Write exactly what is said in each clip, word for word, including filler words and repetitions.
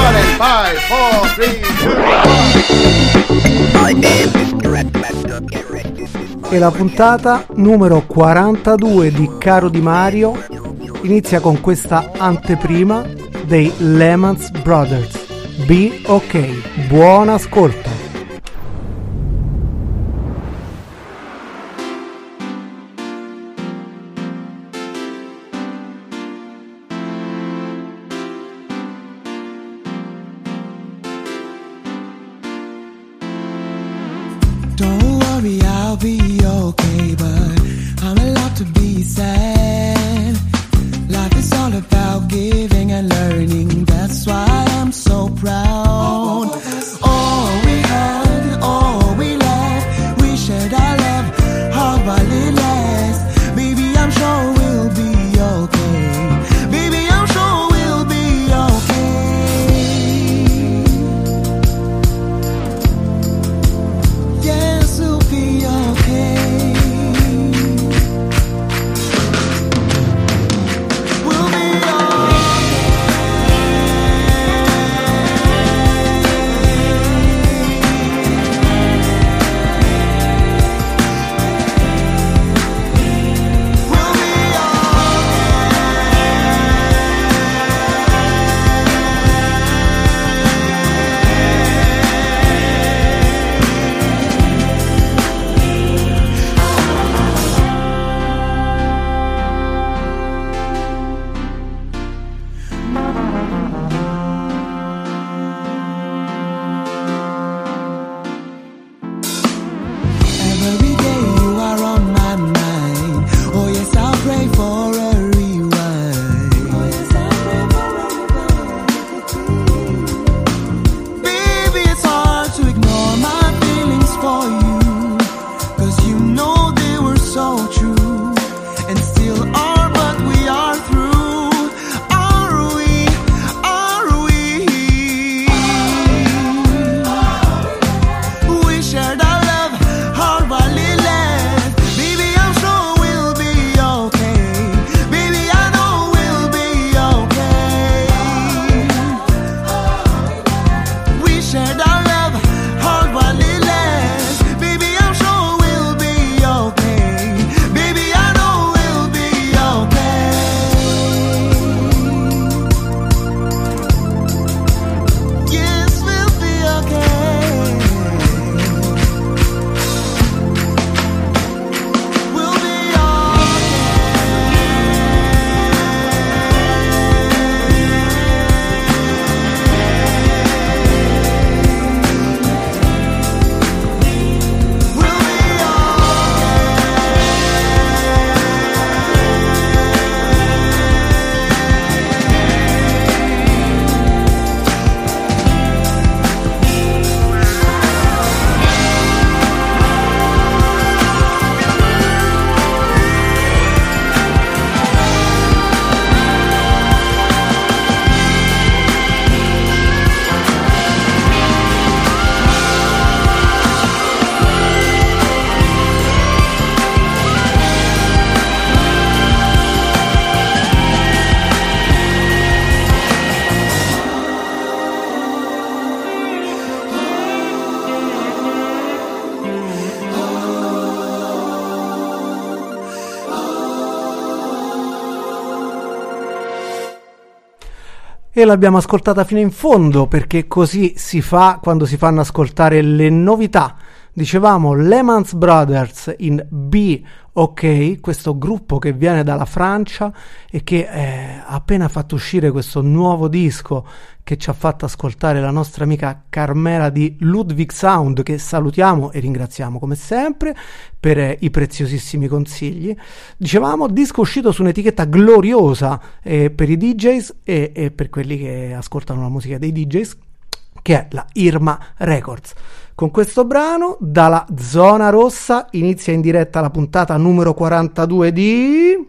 five, four, three, two. E la puntata numero quarantadue di Caro Di Mario inizia con questa anteprima dei Lehman Brothers. Be ok, buon ascolto. Don't worry, I'll be okay, but I'm allowed to be sad. Life is all about giving and learning, that's why I'm so proud. Oh, we had, oh, we laughed, we shared our love, hard while it lasts. Baby, I'm sure we'll be okay. Baby, I'm sure we'll be okay. Yes, we'll be okay. We'll be every day you are on my mind. Oh yes, I'll pray for a rewind. Oh yes, I'll pray for a Baby, it's hard to ignore my feelings for you, 'cause you know they were so true, and still are, but we are through. Are we? Are we? We shared our love, hard while it lasts. Baby, I'm sure we'll be okay. Baby, I know we'll be okay. We shared our love, hard while it lasts. Baby, I'm sure we'll be okay. Baby, I know we'll be okay. Yes, we'll be okay. We'll be E l'abbiamo ascoltata fino in fondo, perché così si fa quando si fanno ascoltare le novità. Dicevamo Lehman Brothers in Be Ok, questo gruppo che viene dalla Francia e che eh, ha appena fatto uscire questo nuovo disco che ci ha fatto ascoltare la nostra amica Carmela di Ludwig Sound, che salutiamo e ringraziamo come sempre per eh, i preziosissimi consigli. Dicevamo disco uscito su un'etichetta gloriosa eh, per i D Js e, e per quelli che ascoltano la musica dei D Js, che è la Irma Records. Con questo brano, dalla zona rossa, inizia in diretta la puntata numero quarantadue di...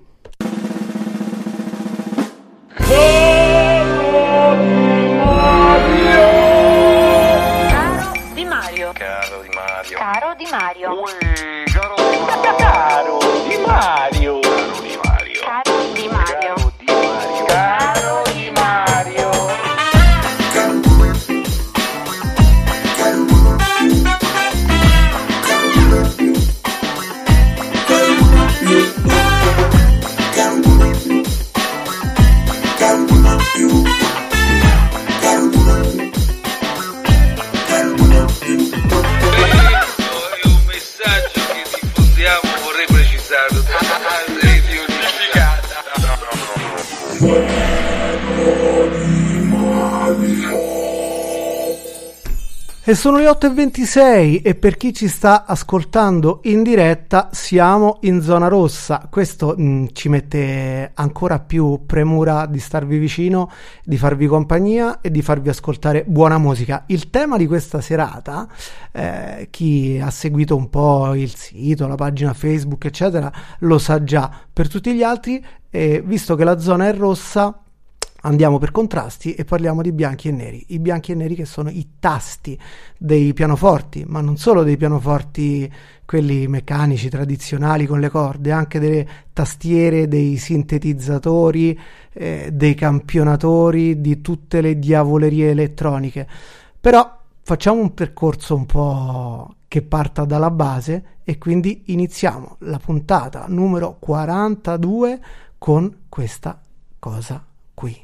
Caro Di Mario. Caro Di Mario. Caro Di Mario. Ui, caro Di Mario. Caro Di Mario. Caro Di Mario. Caro Di Mario. Caro Di Mario. Caro Di Mario. E sono le otto e ventisei e per chi ci sta ascoltando in diretta siamo in zona rossa. Questo mh, ci mette ancora più premura di starvi vicino, di farvi compagnia e di farvi ascoltare buona musica. Il tema di questa serata, eh, chi ha seguito un po' il sito, la pagina Facebook eccetera, lo sa già. Per tutti gli altri, eh, visto che la zona è rossa, andiamo per contrasti e parliamo di bianchi e neri. I bianchi e neri che sono i tasti dei pianoforti, ma non solo dei pianoforti quelli meccanici tradizionali con le corde, anche delle tastiere, dei sintetizzatori, eh, dei campionatori, di tutte le diavolerie elettroniche. Però facciamo un percorso un po' che parta dalla base e quindi iniziamo la puntata numero quarantadue con questa cosa qui.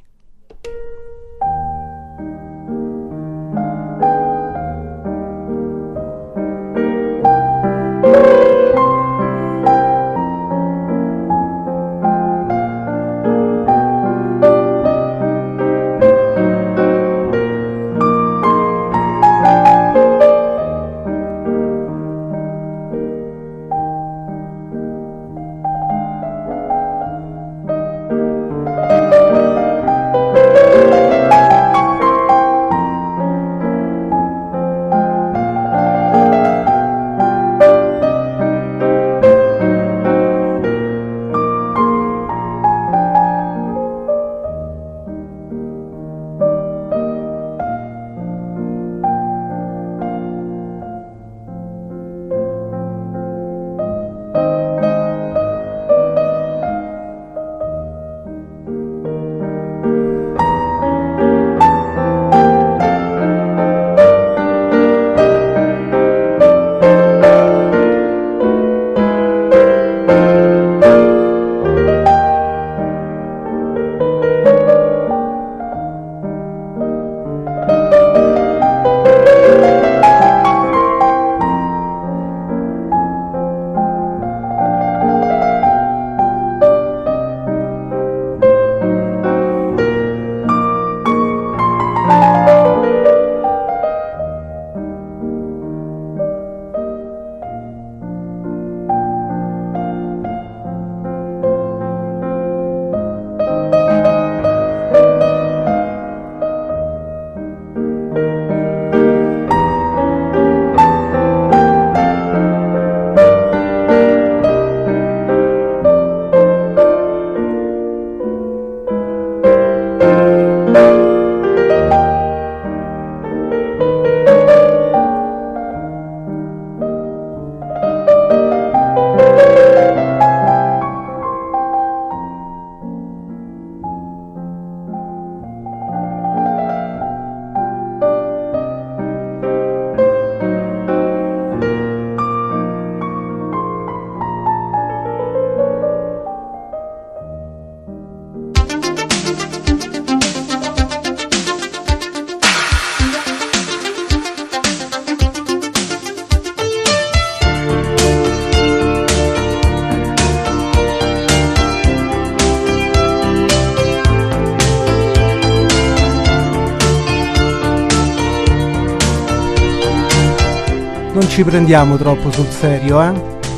Non ci prendiamo troppo sul serio, eh?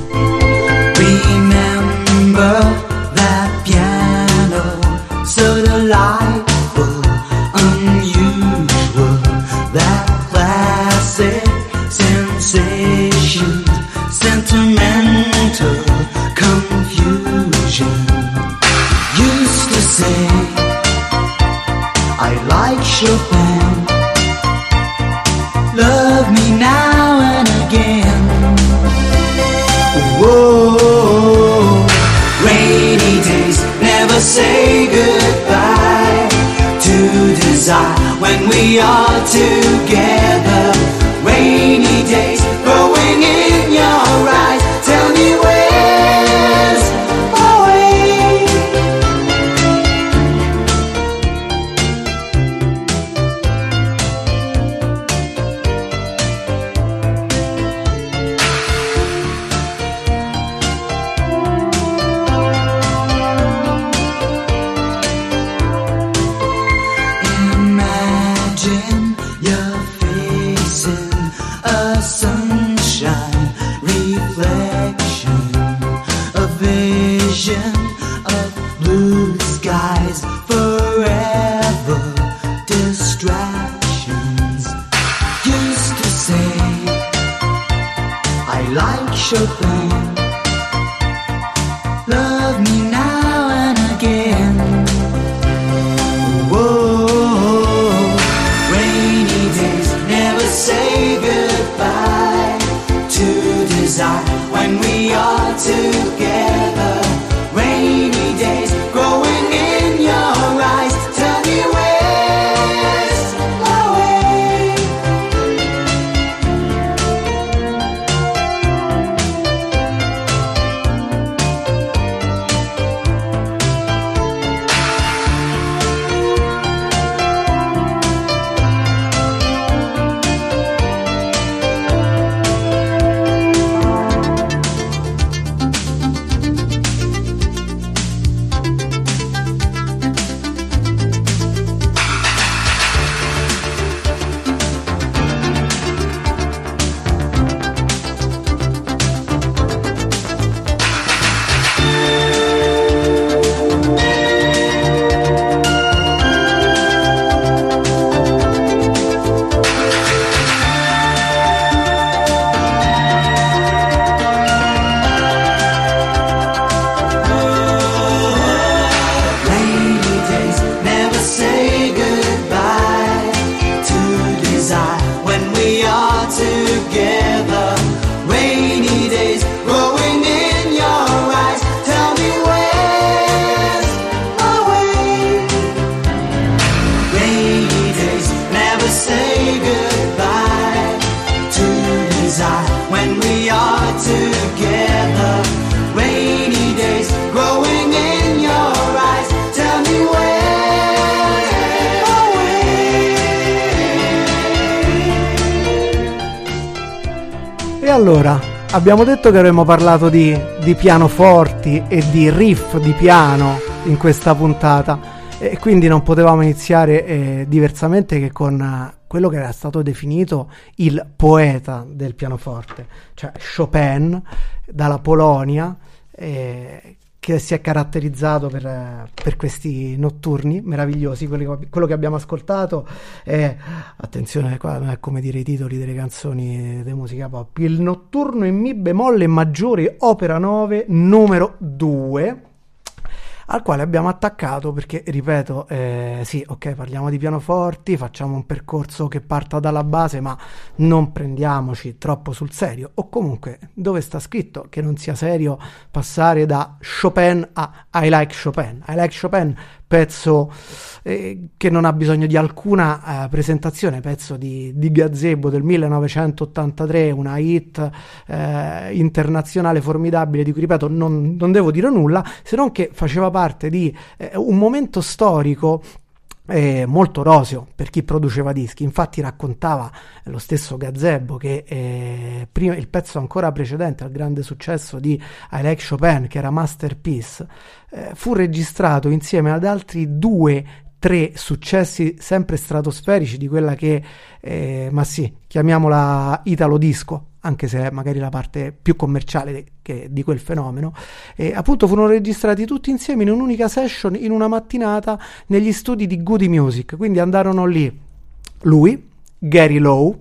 Remember that piano, so delightful, unusual, that classic sensation, sentimental confusion. Used to say I like Chopin, love me now and again. Whoa, rainy days never say goodbye to desire when we are together. Rainy days growing in your eyes, tell me where's my way. lies forever, distractions. Used to say I like Chopin. Love me now and again. Whoa, rainy days never say goodbye to desire when we are together. Rainy days growing in your eyes. Tell me where's my way. Allora, abbiamo detto che avremmo parlato di, di pianoforti e di riff di piano in questa puntata e quindi non potevamo iniziare eh, diversamente che con uh, quello che era stato definito il poeta del pianoforte, cioè Chopin dalla Polonia, eh, che si è caratterizzato per, per questi notturni meravigliosi. Quello, quello che abbiamo ascoltato è, attenzione qua non è come dire i titoli delle canzoni di musica pop, il notturno in mi bemolle maggiore opera nove numero due, al quale abbiamo attaccato perché, ripeto, eh, sì, ok, parliamo di pianoforti, facciamo un percorso che parta dalla base, ma non prendiamoci troppo sul serio, o comunque dove sta scritto che non sia serio passare da Chopin a I Like Chopin. I Like Chopin, pezzo eh, che non ha bisogno di alcuna eh, presentazione, pezzo di, di gazebo del millenovecentottantatré, una hit eh, internazionale formidabile di cui, ripeto, non, non devo dire nulla, se non che faceva parte di eh, un momento storico eh, molto roseo per chi produceva dischi. Infatti raccontava lo stesso Gazebo che eh, prima, il pezzo ancora precedente al grande successo di I Like Chopin, che era Masterpiece, eh, fu registrato insieme ad altri due tre successi sempre stratosferici di quella che eh, ma sì, chiamiamola italo disco, anche se è magari la parte più commerciale che, di quel fenomeno, e appunto furono registrati tutti insieme in un'unica session in una mattinata negli studi di Goody Music. Quindi andarono lì lui, Gary Lowe,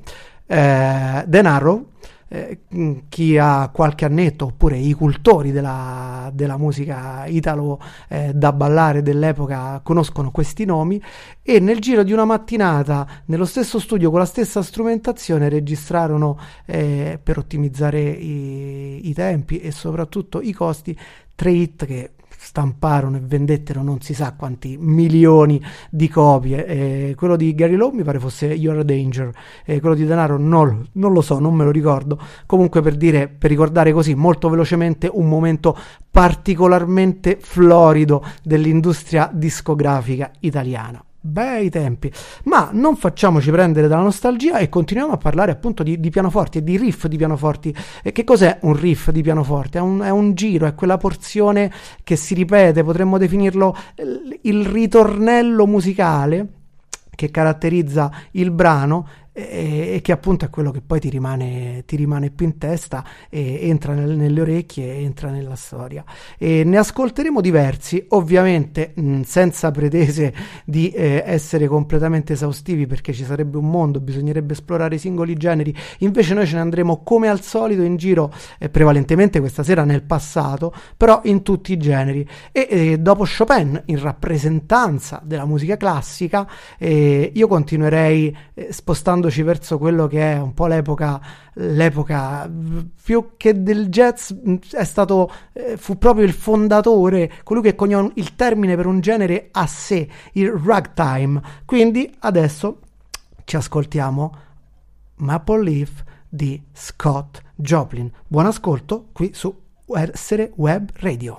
eh, Dan Arrow, eh, chi ha qualche annetto, oppure i cultori della, della musica italo eh, da ballare dell'epoca conoscono questi nomi, e nel giro di una mattinata nello stesso studio con la stessa strumentazione registrarono, eh, per ottimizzare i, i tempi e soprattutto i costi, tre hit che stamparono e vendettero non si sa quanti milioni di copie. Eh, quello di Gary Lowe mi pare fosse You're a Danger, eh, quello di Denaro non, non lo so, non me lo ricordo. Comunque, per dire, per ricordare così molto velocemente un momento particolarmente florido dell'industria discografica italiana. Bei tempi. Ma non facciamoci prendere dalla nostalgia e continuiamo a parlare appunto di, di pianoforti e di riff di pianoforti. E che cos'è un riff di pianoforte? È un, è un giro, è quella porzione che si ripete, potremmo definirlo il ritornello musicale che caratterizza il brano, e, e che appunto è quello che poi ti rimane, ti rimane più in testa e entra nel, nelle orecchie e entra nella storia. E ne ascolteremo diversi, ovviamente mh, senza pretese di eh, essere completamente esaustivi, perché ci sarebbe un mondo, bisognerebbe esplorare i singoli generi. Invece noi ce ne andremo come al solito in giro, eh, prevalentemente questa sera nel passato, però in tutti i generi. E eh, dopo Chopin, in rappresentanza della musica classica, eh, io continuerei eh, spostandoci verso quello che è un po' l'epoca, l'epoca più che del jazz, è stato, eh, fu proprio il fondatore, colui che coniò il termine per un genere a sé, il ragtime. Quindi adesso ci ascoltiamo Maple Leaf di Scott Joplin. Buon ascolto qui su Essere Web Radio.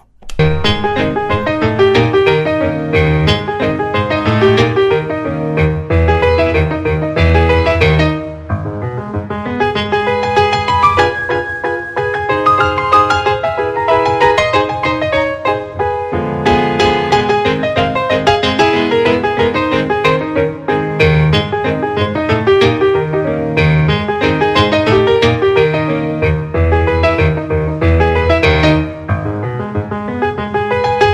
Thank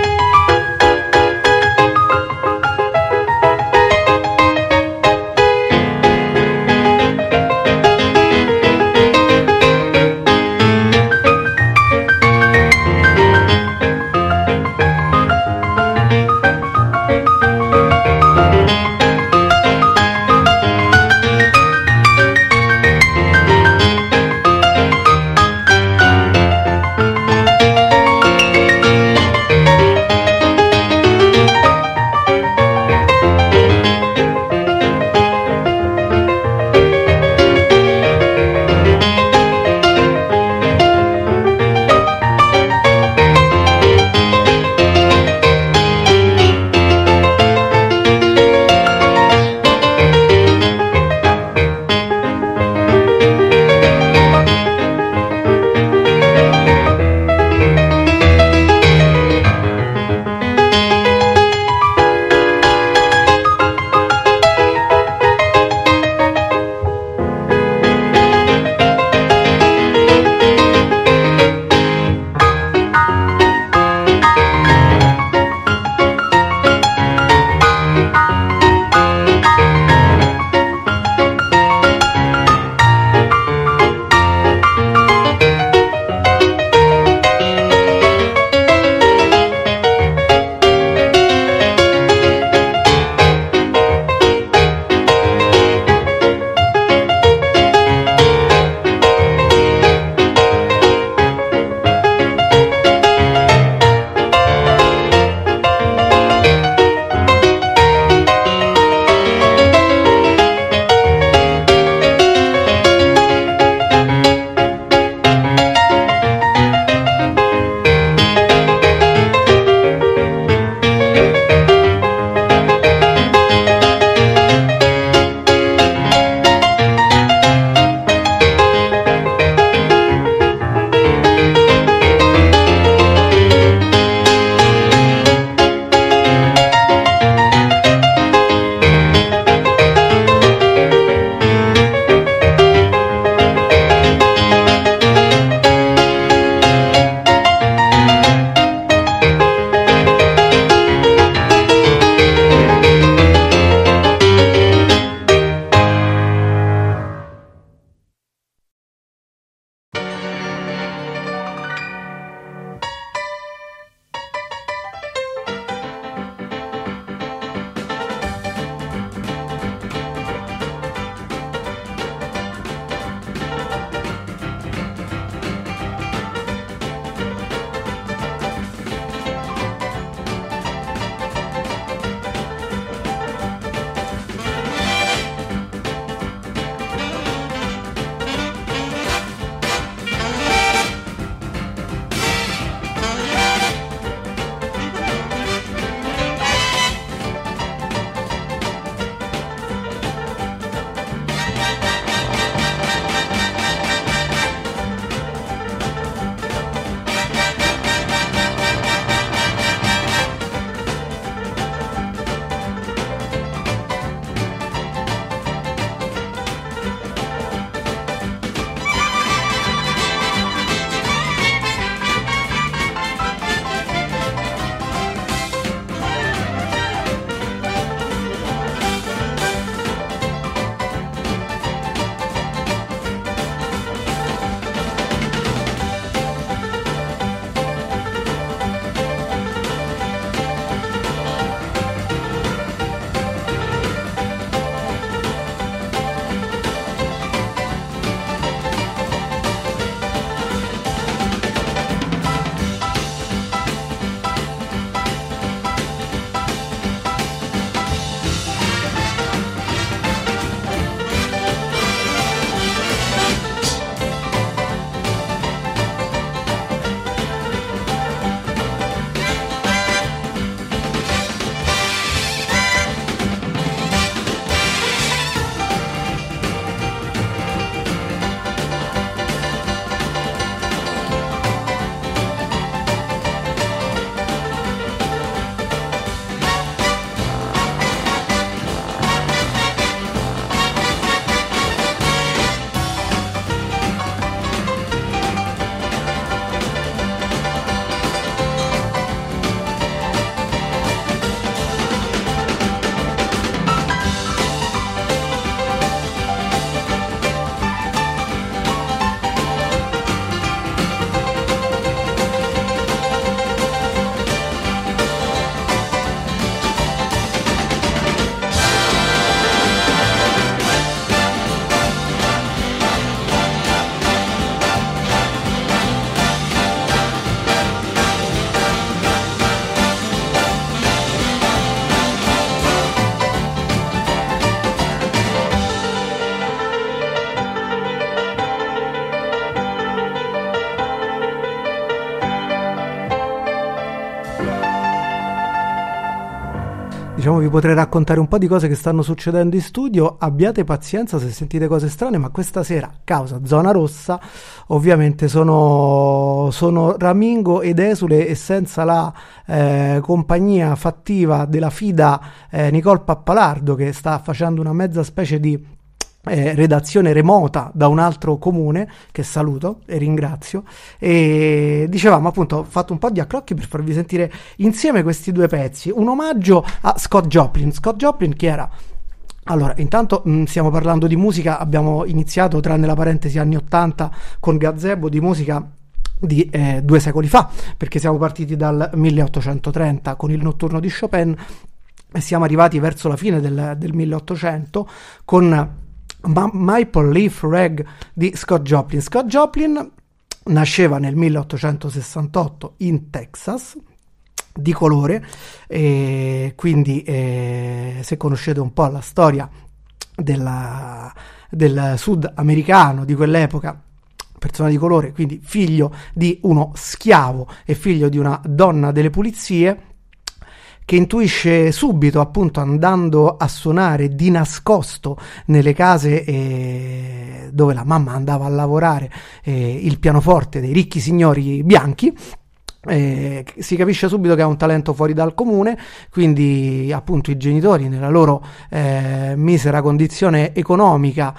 diciamo vi potrei raccontare un po' di cose che stanno succedendo in studio. Abbiate pazienza se sentite cose strane, ma questa sera, causa zona rossa, ovviamente sono, sono ramingo ed esule e senza la eh, compagnia fattiva della fida eh, Nicole Pappalardo, che sta facendo una mezza specie di Eh, redazione remota da un altro comune, che saluto e ringrazio. E dicevamo, appunto, ho fatto un po' di accrocchi per farvi sentire insieme questi due pezzi, un omaggio a Scott Joplin. Scott Joplin chi era? Allora, intanto mh, stiamo parlando di musica, abbiamo iniziato, tranne la parentesi anni ottanta, con gazebo di musica di eh, due secoli fa, perché siamo partiti dal milleottocentotrenta con il notturno di Chopin e siamo arrivati verso la fine del, del milleottocento con Ma- Maple Leaf Rag di Scott Joplin. Scott Joplin nasceva nel milleottocentosessantotto in Texas, di colore, e quindi eh, se conoscete un po' la storia della, del sud americano di quell'epoca, persona di colore, quindi figlio di uno schiavo e figlio di una donna delle pulizie, che intuisce subito, appunto, andando a suonare di nascosto nelle case eh, dove la mamma andava a lavorare eh, il pianoforte dei ricchi signori bianchi. Eh, si capisce subito che ha un talento fuori dal comune, quindi appunto i genitori, nella loro eh, misera condizione economica,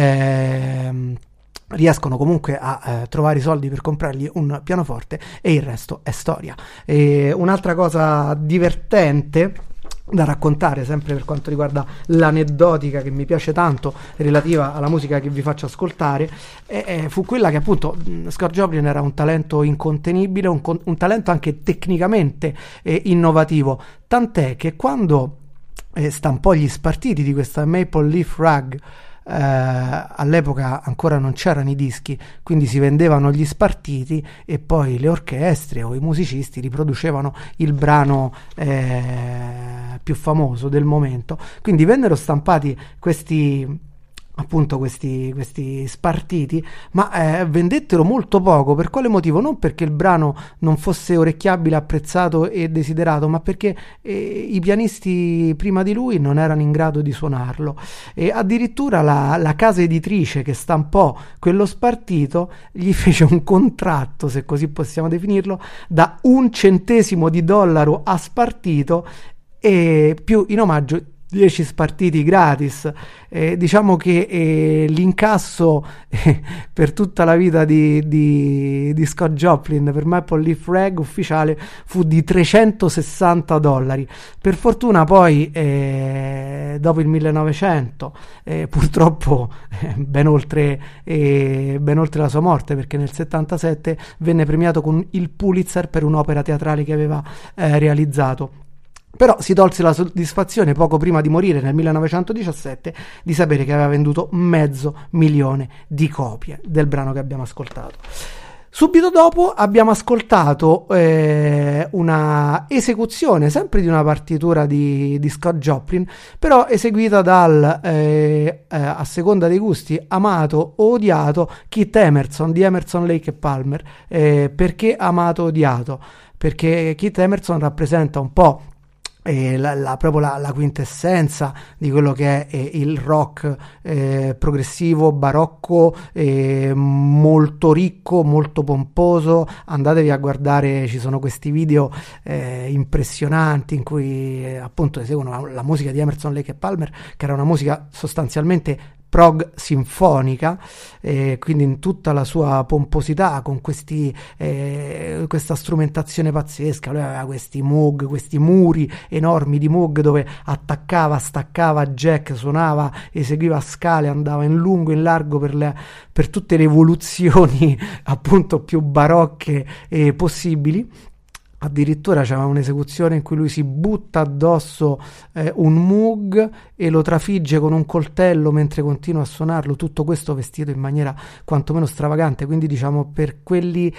eh, riescono comunque a eh, trovare i soldi per comprargli un pianoforte, e il resto è storia. E un'altra cosa divertente da raccontare, sempre per quanto riguarda l'aneddotica che mi piace tanto relativa alla musica che vi faccio ascoltare, eh, eh, fu quella che appunto Scott Joplin era un talento incontenibile, un, un talento anche tecnicamente eh, innovativo, tant'è che quando eh, stampò gli spartiti di questa Maple Leaf Rag, Uh, all'epoca ancora non c'erano i dischi, quindi si vendevano gli spartiti e poi le orchestre o i musicisti riproducevano il brano eh, più famoso del momento. Quindi vennero stampati questi appunto questi, questi spartiti, ma eh, vendettero molto poco. Per quale motivo? Non perché il brano non fosse orecchiabile, apprezzato e desiderato, ma perché eh, i pianisti prima di lui non erano in grado di suonarlo, e addirittura la, la casa editrice che stampò quello spartito gli fece un contratto, se così possiamo definirlo, da un centesimo di dollaro a spartito, e più in omaggio dieci spartiti gratis. Eh, diciamo che eh, l'incasso eh, per tutta la vita di, di, di Scott Joplin per Maple Leaf Rag ufficiale fu di trecentosessanta dollari. Per fortuna poi eh, dopo il millenovecento, eh, purtroppo eh, ben oltre eh, ben oltre la sua morte, perché nel settantasette venne premiato con il Pulitzer per un'opera teatrale che aveva eh, realizzato. Però si tolse la soddisfazione poco prima di morire nel millenovecentodiciassette di sapere che aveva venduto mezzo milione di copie del brano che abbiamo ascoltato. Subito dopo abbiamo ascoltato eh, una esecuzione sempre di una partitura di, di Scott Joplin, però eseguita dal, eh, eh, a seconda dei gusti, amato o odiato Keith Emerson di Emerson, Lake e Palmer. Eh, perché amato o odiato? Perché Keith Emerson rappresenta un po' E la, la, proprio la, la quintessenza di quello che è eh, il rock eh, progressivo, barocco, eh, molto ricco, molto pomposo. Andatevi a guardare, ci sono questi video eh, impressionanti in cui eh, appunto eseguono la, la musica di Emerson, Lake e Palmer, che era una musica sostanzialmente prog sinfonica, eh, quindi in tutta la sua pomposità, con questi eh, questa strumentazione pazzesca. Lui aveva questi Moog, questi muri enormi di Moog dove attaccava, staccava jack, suonava, eseguiva scale, andava in lungo, in largo per, le, per tutte le evoluzioni appunto più barocche eh, possibili. Addirittura c'è un'esecuzione in cui lui si butta addosso eh, un Moog e lo trafigge con un coltello mentre continua a suonarlo, tutto questo vestito in maniera quantomeno stravagante. Quindi diciamo, per quelli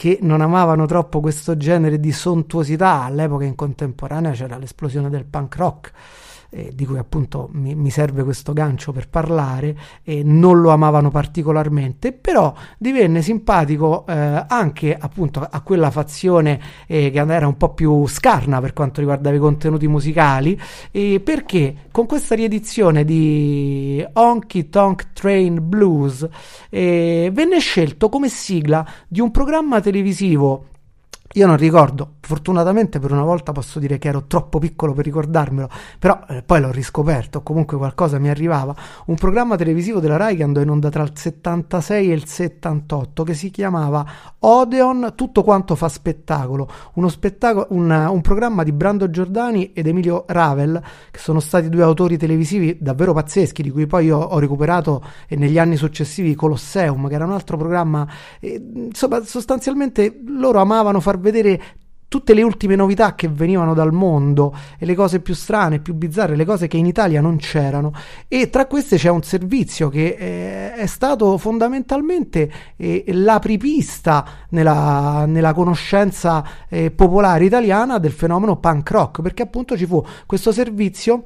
che non amavano troppo questo genere di sontuosità. All'epoca in contemporanea c'era l'esplosione del punk rock, eh, di cui appunto mi, mi serve questo gancio per parlare, e non lo amavano particolarmente, però divenne simpatico eh, anche appunto a quella fazione eh, che era un po' più scarna per quanto riguardava i contenuti musicali, eh, perché con questa riedizione di Honky Tonk Train Blues eh, venne scelto come sigla di un programma televisivo. Io non ricordo, fortunatamente per una volta posso dire che ero troppo piccolo per ricordarmelo, però eh, poi l'ho riscoperto, comunque qualcosa mi arrivava, un programma televisivo della Rai che andò in onda tra il settantasei e il settantotto, che si chiamava Odeon, tutto quanto fa spettacolo, uno spettacolo, un, un programma di Brando Giordani ed Emilio Ravel, che sono stati due autori televisivi davvero pazzeschi, di cui poi io ho recuperato eh, negli anni successivi Colosseum, che era un altro programma, eh, insomma sostanzialmente loro amavano far vedere tutte le ultime novità che venivano dal mondo e le cose più strane, più bizzarre, le cose che in Italia non c'erano, e tra queste c'è un servizio che eh, è stato fondamentalmente eh, l'apripista nella, nella conoscenza eh, popolare italiana del fenomeno punk rock, perché appunto ci fu questo servizio.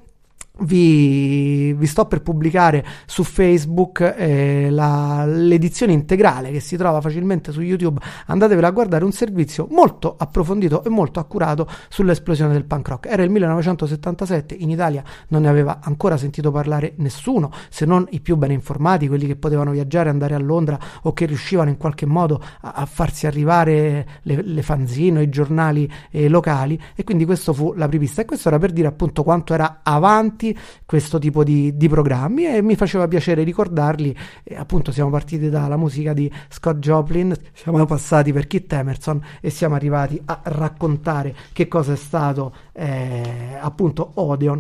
Vi, vi sto per pubblicare su Facebook eh, la, l'edizione integrale che si trova facilmente su YouTube, andatevela a guardare, un servizio molto approfondito e molto accurato sull'esplosione del punk rock. Era il millenovecentosettantasette, in Italia non ne aveva ancora sentito parlare nessuno, se non i più ben informati, quelli che potevano viaggiare, andare a Londra o che riuscivano in qualche modo a, a farsi arrivare le, le fanzine o i giornali eh, locali, e quindi questo fu l'apripista, e questo era per dire appunto quanto era avanti questo tipo di, di programmi, e mi faceva piacere ricordarli. E appunto siamo partiti dalla musica di Scott Joplin, siamo passati per Keith Emerson e siamo arrivati a raccontare che cosa è stato eh, appunto Odeon,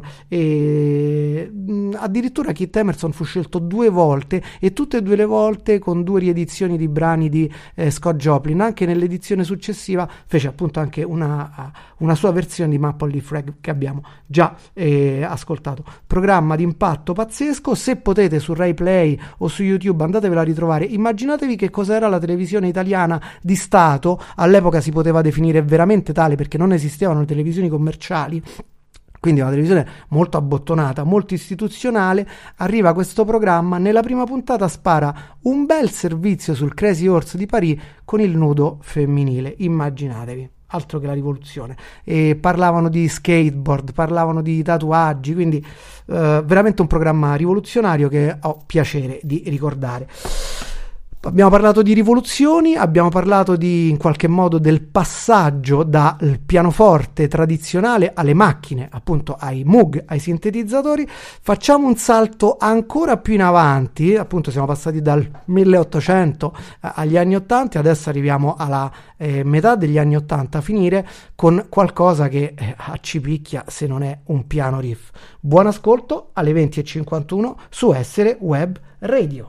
e mh, addirittura Keith Emerson fu scelto due volte, e tutte e due le volte con due riedizioni di brani di eh, Scott Joplin. Anche nell'edizione successiva fece appunto anche una, una sua versione di Maple Leaf Rag che abbiamo già eh, ascoltato. Programma di impatto pazzesco. Se potete, su Rai Play o su YouTube andatevela a ritrovare. Immaginatevi che cos'era la televisione italiana di Stato, all'epoca si poteva definire veramente tale perché non esistevano le televisioni commerciali, quindi una televisione molto abbottonata, molto istituzionale. Arriva questo programma, nella prima puntata spara un bel servizio sul Crazy Horse di Paris con il nudo femminile, immaginatevi. Altro che la rivoluzione. E parlavano di skateboard, parlavano di tatuaggi, quindi eh, veramente un programma rivoluzionario che ho piacere di ricordare. Abbiamo parlato di rivoluzioni, abbiamo parlato di, in qualche modo, del passaggio dal pianoforte tradizionale alle macchine, appunto ai Moog, ai sintetizzatori. Facciamo un salto ancora più in avanti, appunto siamo passati dal milleottocento agli anni ottanta, adesso arriviamo alla eh, metà degli anni ottanta, a finire con qualcosa che eh, accipicchia se non è un piano riff. Buon ascolto alle venti e cinquantuno su Essere Web Radio.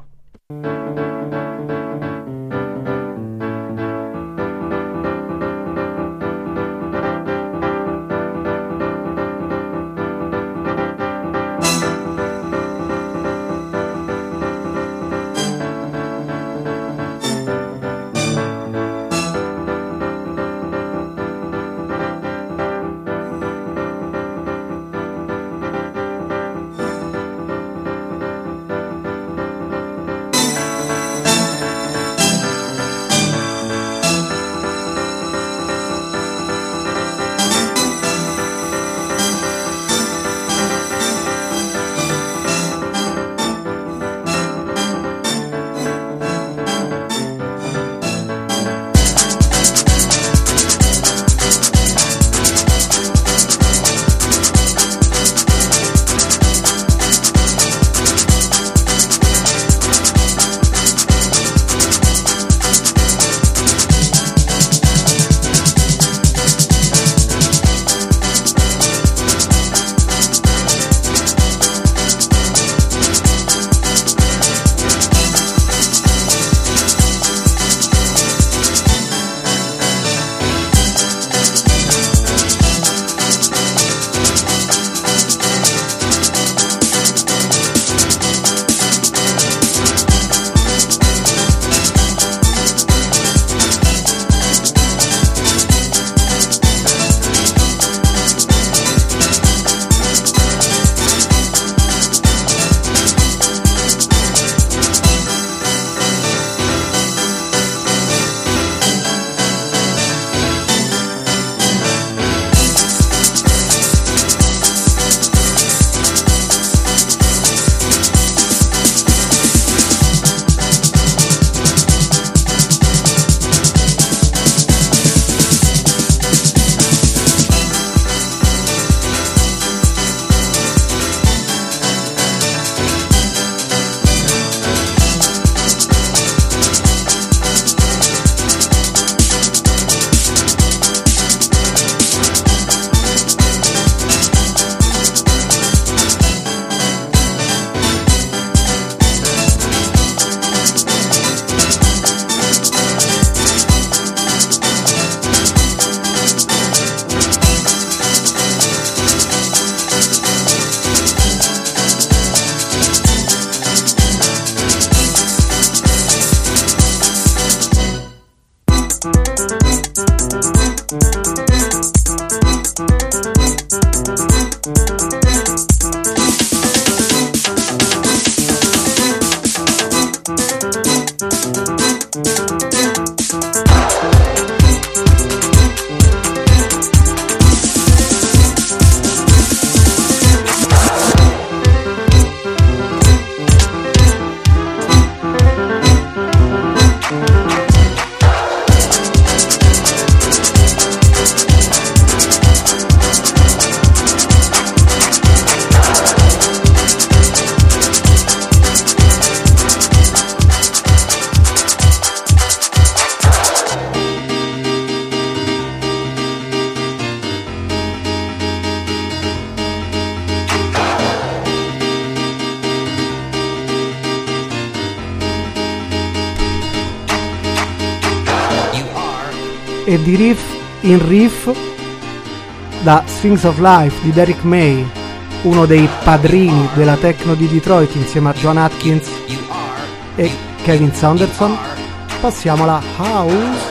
e di Riff in Riff da Sphinx of Life di Derrick May, uno dei padrini della techno di Detroit insieme a John Atkins e Kevin Saunderson. Passiamo alla house.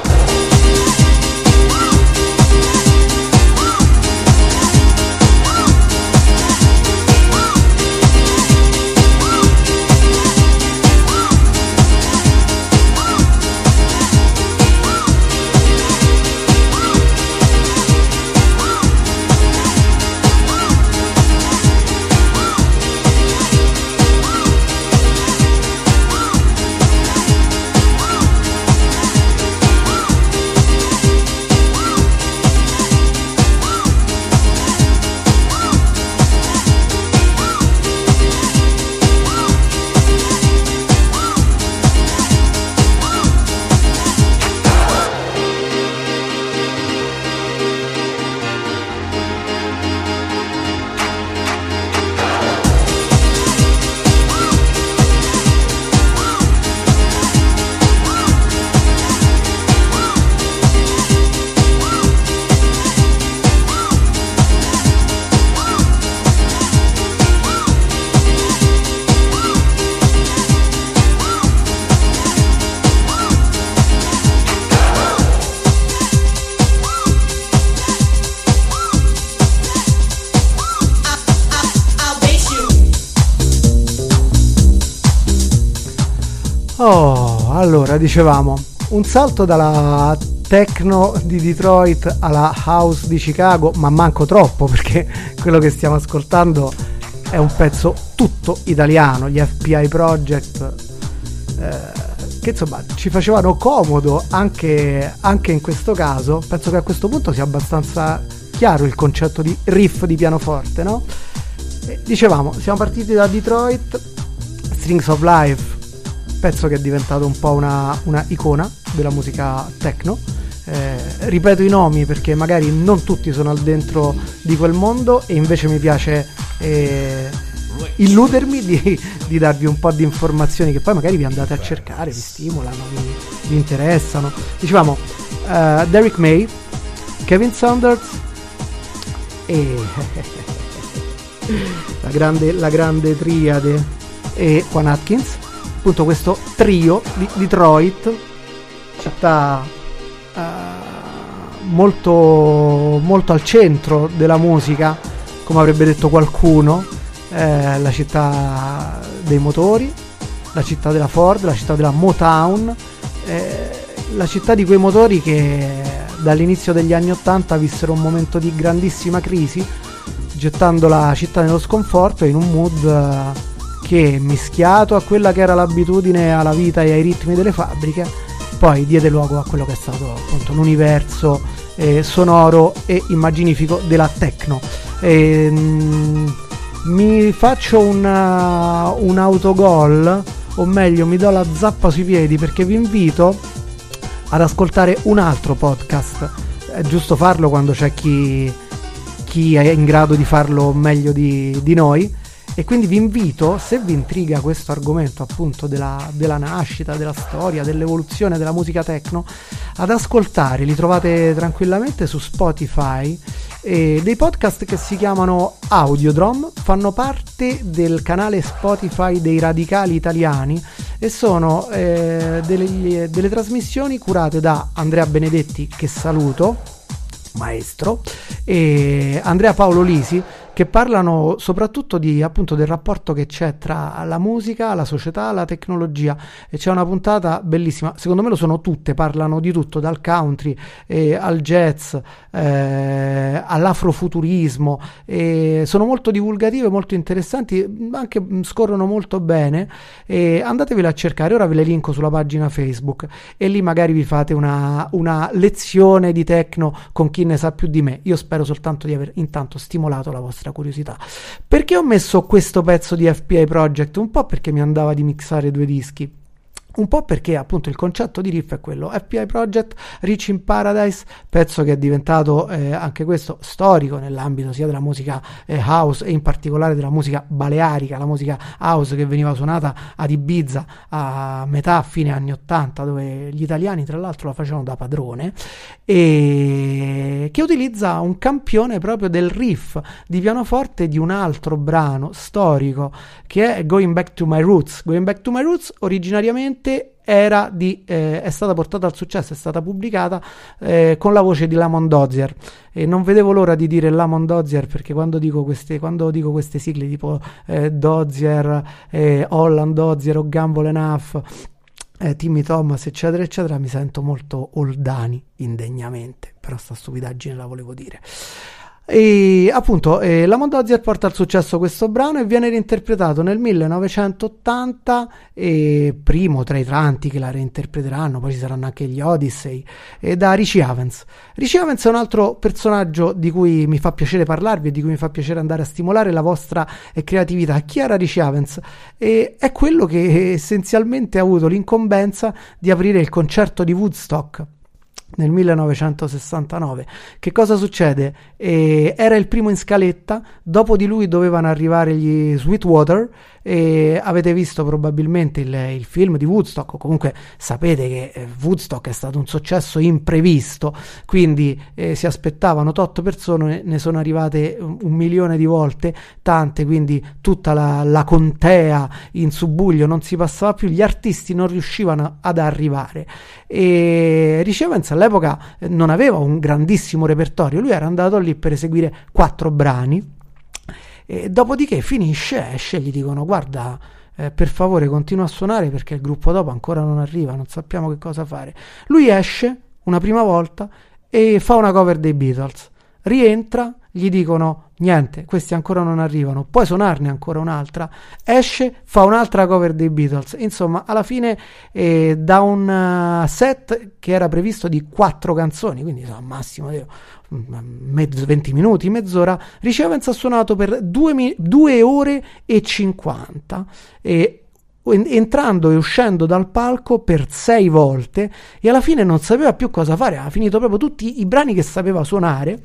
Oh, allora dicevamo un salto dalla techno di Detroit alla house di Chicago, ma manco troppo, perché quello che stiamo ascoltando è un pezzo tutto italiano, gli F P I Project, eh, che insomma ci facevano comodo anche, anche in questo caso. Penso che a questo punto sia abbastanza chiaro il concetto di riff di pianoforte, no? E dicevamo, siamo partiti da Detroit, Strings of Life, pezzo che è diventato un po' una, una icona della musica techno. Eh, ripeto i nomi perché magari non tutti sono al dentro di quel mondo, e invece mi piace eh, illudermi di, di darvi un po' di informazioni che poi magari vi andate a cercare, vi stimolano, vi, vi interessano. Dicevamo uh, Derrick May, Kevin Saunders e la grande, la grande triade e Juan Atkins. Appunto questo trio di Detroit, città uh, molto, molto al centro della musica, come avrebbe detto qualcuno, eh, la città dei motori, la città della Ford, la città della Motown, eh, la città di quei motori che dall'inizio degli anni ottanta vissero un momento di grandissima crisi, gettando la città nello sconforto in un mood uh, che, mischiato a quella che era l'abitudine alla vita e ai ritmi delle fabbriche, poi diede luogo a quello che è stato appunto l'universo eh, sonoro e immaginifico della techno. E, mh, mi faccio una, un autogol, o meglio mi do la zappa sui piedi, perché vi invito ad ascoltare un altro podcast. È giusto farlo quando c'è chi, chi è in grado di farlo meglio di, di noi. E quindi vi invito, se vi intriga questo argomento appunto della, della nascita, della storia, dell'evoluzione della musica techno, ad ascoltare, li trovate tranquillamente su Spotify, eh, dei podcast che si chiamano Audiodrome, fanno parte del canale Spotify dei Radicali Italiani e sono eh, delle, delle trasmissioni curate da Andrea Benedetti, che saluto, maestro, e Andrea Paolo Lisi, che parlano soprattutto di appunto del rapporto che c'è tra la musica, la società, la tecnologia. E c'è una puntata bellissima, secondo me lo sono tutte, parlano di tutto, dal country eh, al jazz, eh, all'afrofuturismo, eh, sono molto divulgative, molto interessanti, anche scorrono molto bene, e andatevele a cercare. Ora ve le linko sulla pagina Facebook e lì magari vi fate una, una lezione di techno con chi ne sa più di me. Io spero soltanto di aver intanto stimolato la vostra curiosità. Perché ho messo questo pezzo di F P I Project? Un po' perché mi andava di mixare due dischi, Un po' perché appunto il concetto di riff è quello, F B I Project, Rich in Paradise, pezzo che è diventato eh, anche questo storico nell'ambito sia della musica eh, house e in particolare della musica balearica, la musica house che veniva suonata ad Ibiza a metà fine anni ottanta, dove gli italiani tra l'altro la facevano da padrone, e che utilizza un campione proprio del riff di pianoforte di un altro brano storico che è Going Back to My Roots. Going Back to My Roots originariamente era di, eh, è stata portata al successo, è stata pubblicata eh, con la voce di Lamont Dozier, e non vedevo l'ora di dire Lamont Dozier, perché quando dico queste, quando dico queste sigle tipo eh, Dozier, eh, Holland Dozier o Gamble Enough, eh, Timmy Thomas eccetera eccetera, mi sento molto Oldani indegnamente, però sta stupidaggine la volevo dire. E appunto eh, Lamont Dozier porta al successo questo brano e viene reinterpretato nel millenovecentottanta, e primo tra i tanti che la reinterpreteranno, poi ci saranno anche gli Odyssey, e da Richie Havens. Richie Havens è un altro personaggio di cui mi fa piacere parlarvi e di cui mi fa piacere andare a stimolare la vostra eh, creatività. Chi era Richie Havens? E è quello che essenzialmente ha avuto l'incombenza di aprire il concerto di Woodstock nel millenovecentosessantanove. Che cosa succede? Eh, era il primo in scaletta, dopo di lui dovevano arrivare gli Sweetwater, e avete visto probabilmente il, il film di Woodstock, o comunque sapete che eh, Woodstock è stato un successo imprevisto, quindi eh, si aspettavano tot persone, ne sono arrivate un, un milione di volte tante, quindi tutta la, la contea in subbuglio, non si passava più, gli artisti non riuscivano ad arrivare, e Richie Havens all'epoca non aveva un grandissimo repertorio, lui era andato lì per eseguire quattro brani, e dopodiché finisce, esce e gli dicono guarda eh, per favore continua a suonare perché il gruppo dopo ancora non arriva, non sappiamo che cosa fare. Lui esce una prima volta e fa una cover dei Beatles, rientra, gli dicono niente, questi ancora non arrivano, puoi suonarne ancora un'altra, esce, fa un'altra cover dei Beatles, insomma alla fine eh, da un uh, set che era previsto di quattro canzoni, quindi al massimo io, mezzo, venti minuti, mezz'ora, Richie Havens ha suonato per due ore e cinquanta, e entrando e uscendo dal palco per sei volte, e alla fine non sapeva più cosa fare, ha finito proprio tutti i brani che sapeva suonare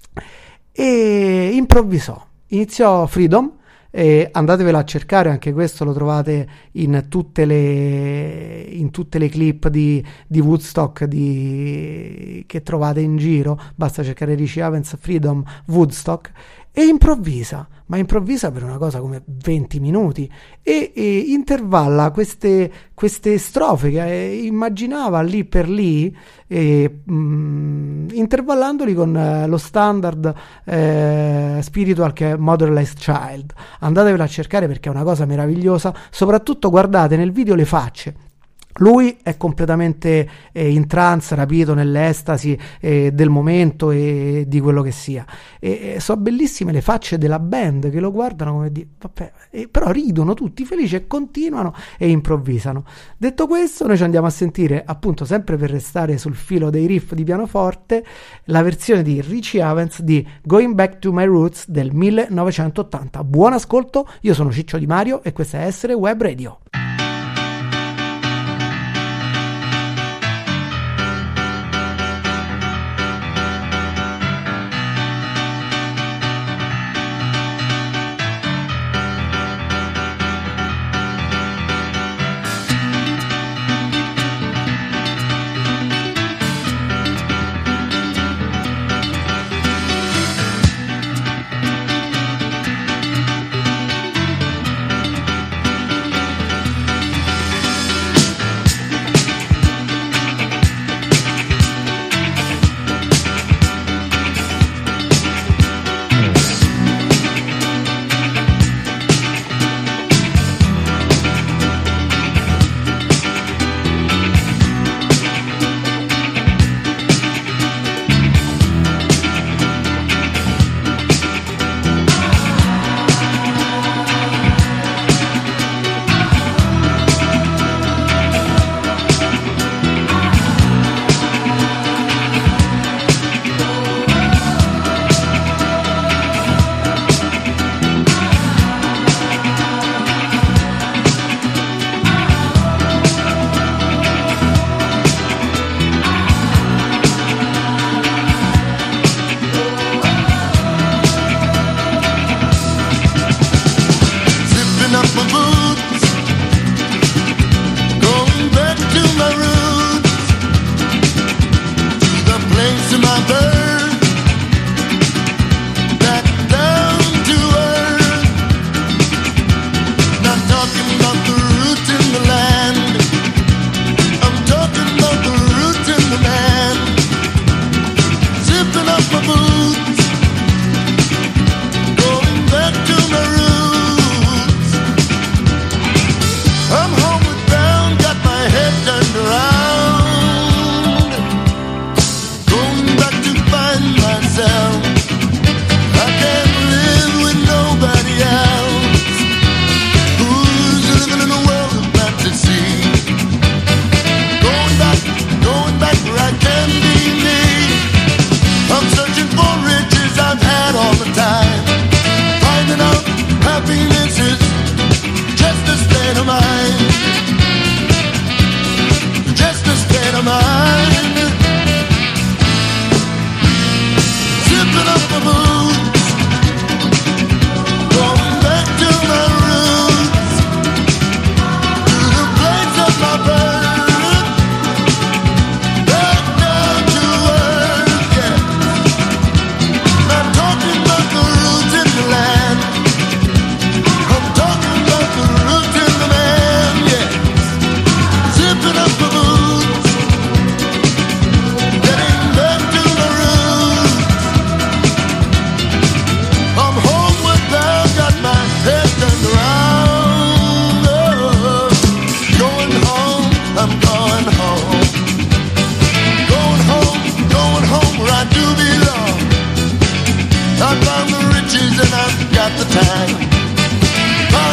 e improvvisò, iniziò Freedom, e andatevela a cercare, anche questo lo trovate in tutte le in tutte le clip di, di Woodstock di, che trovate in giro, basta cercare Richie Havens Freedom Woodstock, e improvvisa, ma improvvisa per una cosa come venti minuti, e, e intervalla queste, queste strofe che eh, immaginava lì per lì, e, mh, intervallandoli con eh, lo standard eh, spiritual che è Motherless Child. Andatevela a cercare perché è una cosa meravigliosa, soprattutto guardate nel video le facce. Lui è completamente eh, in trance, rapito nell'estasi eh, del momento e di quello che sia. E, e sono bellissime le facce della band che lo guardano come di vabbè, e però ridono tutti felici e continuano e improvvisano. Detto questo, noi ci andiamo a sentire, appunto, sempre per restare sul filo dei riff di pianoforte, la versione di Richie Havens di Going Back to My Roots del millenovecentottanta. Buon ascolto, io sono Ciccio Di Mario e questa è Essere Web Radio.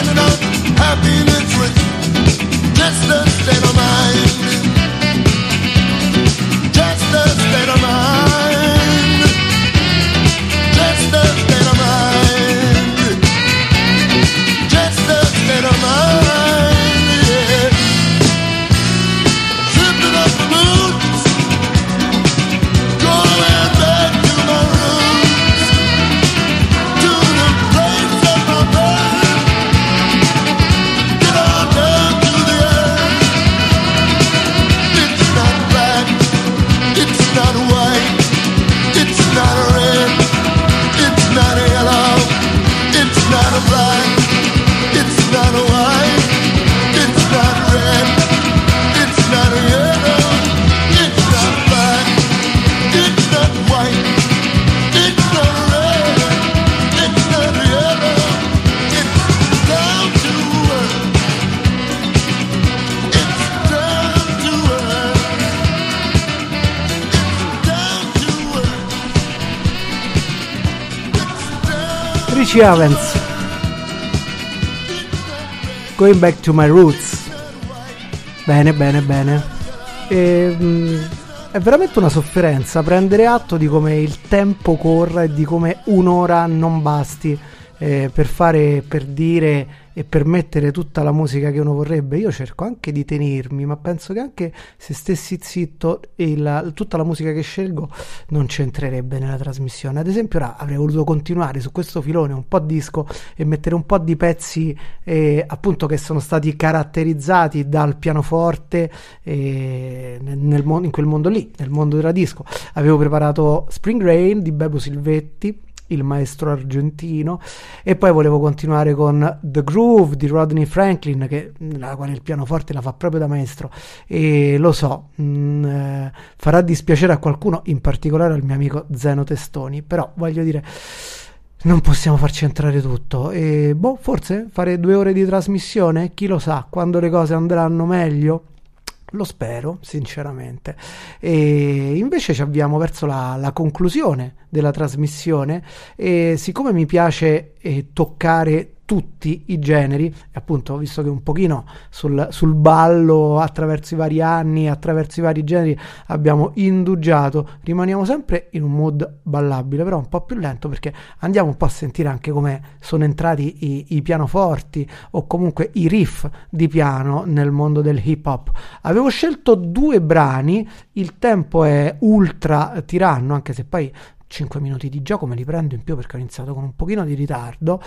finding out happiness with just a state of mind. Just a state of mind. Just a state of mind. Just a state of mind, yeah. Tripping up the boots, going back to my roots, to the place of my birth. Get on down to the earth. It's not black, it's not white, it's not red, it's not yellow, it's not black, it's not white, it's not red, it's not yellow, it's not black, it's not white, it's not red, it's not yellow, it's down to earth. It's down to earth. It's down to earth. It's down. Richie Havens, Going Back to My Roots. Bene, bene, bene. E, mh, è veramente una sofferenza prendere atto di come il tempo corra e di come un'ora non basti eh, per fare, per dire e per mettere tutta la musica che uno vorrebbe. Io cerco anche di tenermi, ma penso che anche se stessi zitto il, tutta la musica che scelgo non c'entrerebbe nella trasmissione. Ad esempio ora avrei voluto continuare su questo filone un po' disco e mettere un po' di pezzi eh, appunto che sono stati caratterizzati dal pianoforte eh, nel, nel, in quel mondo lì, nel mondo della disco. Avevo preparato Spring Rain di Bebo Silvetti, il maestro argentino, e poi volevo continuare con The Groove di Rodney Franklin, che nella quale il pianoforte la fa proprio da maestro, e lo so mh, eh, farà dispiacere a qualcuno, in particolare al mio amico Zeno Testoni, però voglio dire, non possiamo farci entrare tutto e boh, forse fare due ore di trasmissione, chi lo sa, quando le cose andranno meglio. Lo spero sinceramente. E invece ci avviamo verso la, la conclusione della trasmissione, e siccome mi piace eh, toccare tutti i generi, appunto visto che un pochino sul, sul ballo attraverso i vari anni, attraverso i vari generi abbiamo indugiato, rimaniamo sempre in un mood ballabile, però un po' più lento, perché andiamo un po' a sentire anche come sono entrati i, i pianoforti o comunque i riff di piano nel mondo del hip hop. Avevo scelto due brani, il tempo è ultra tiranno, anche se poi cinque minuti di gioco me li prendo in più perché ho iniziato con un pochino di ritardo,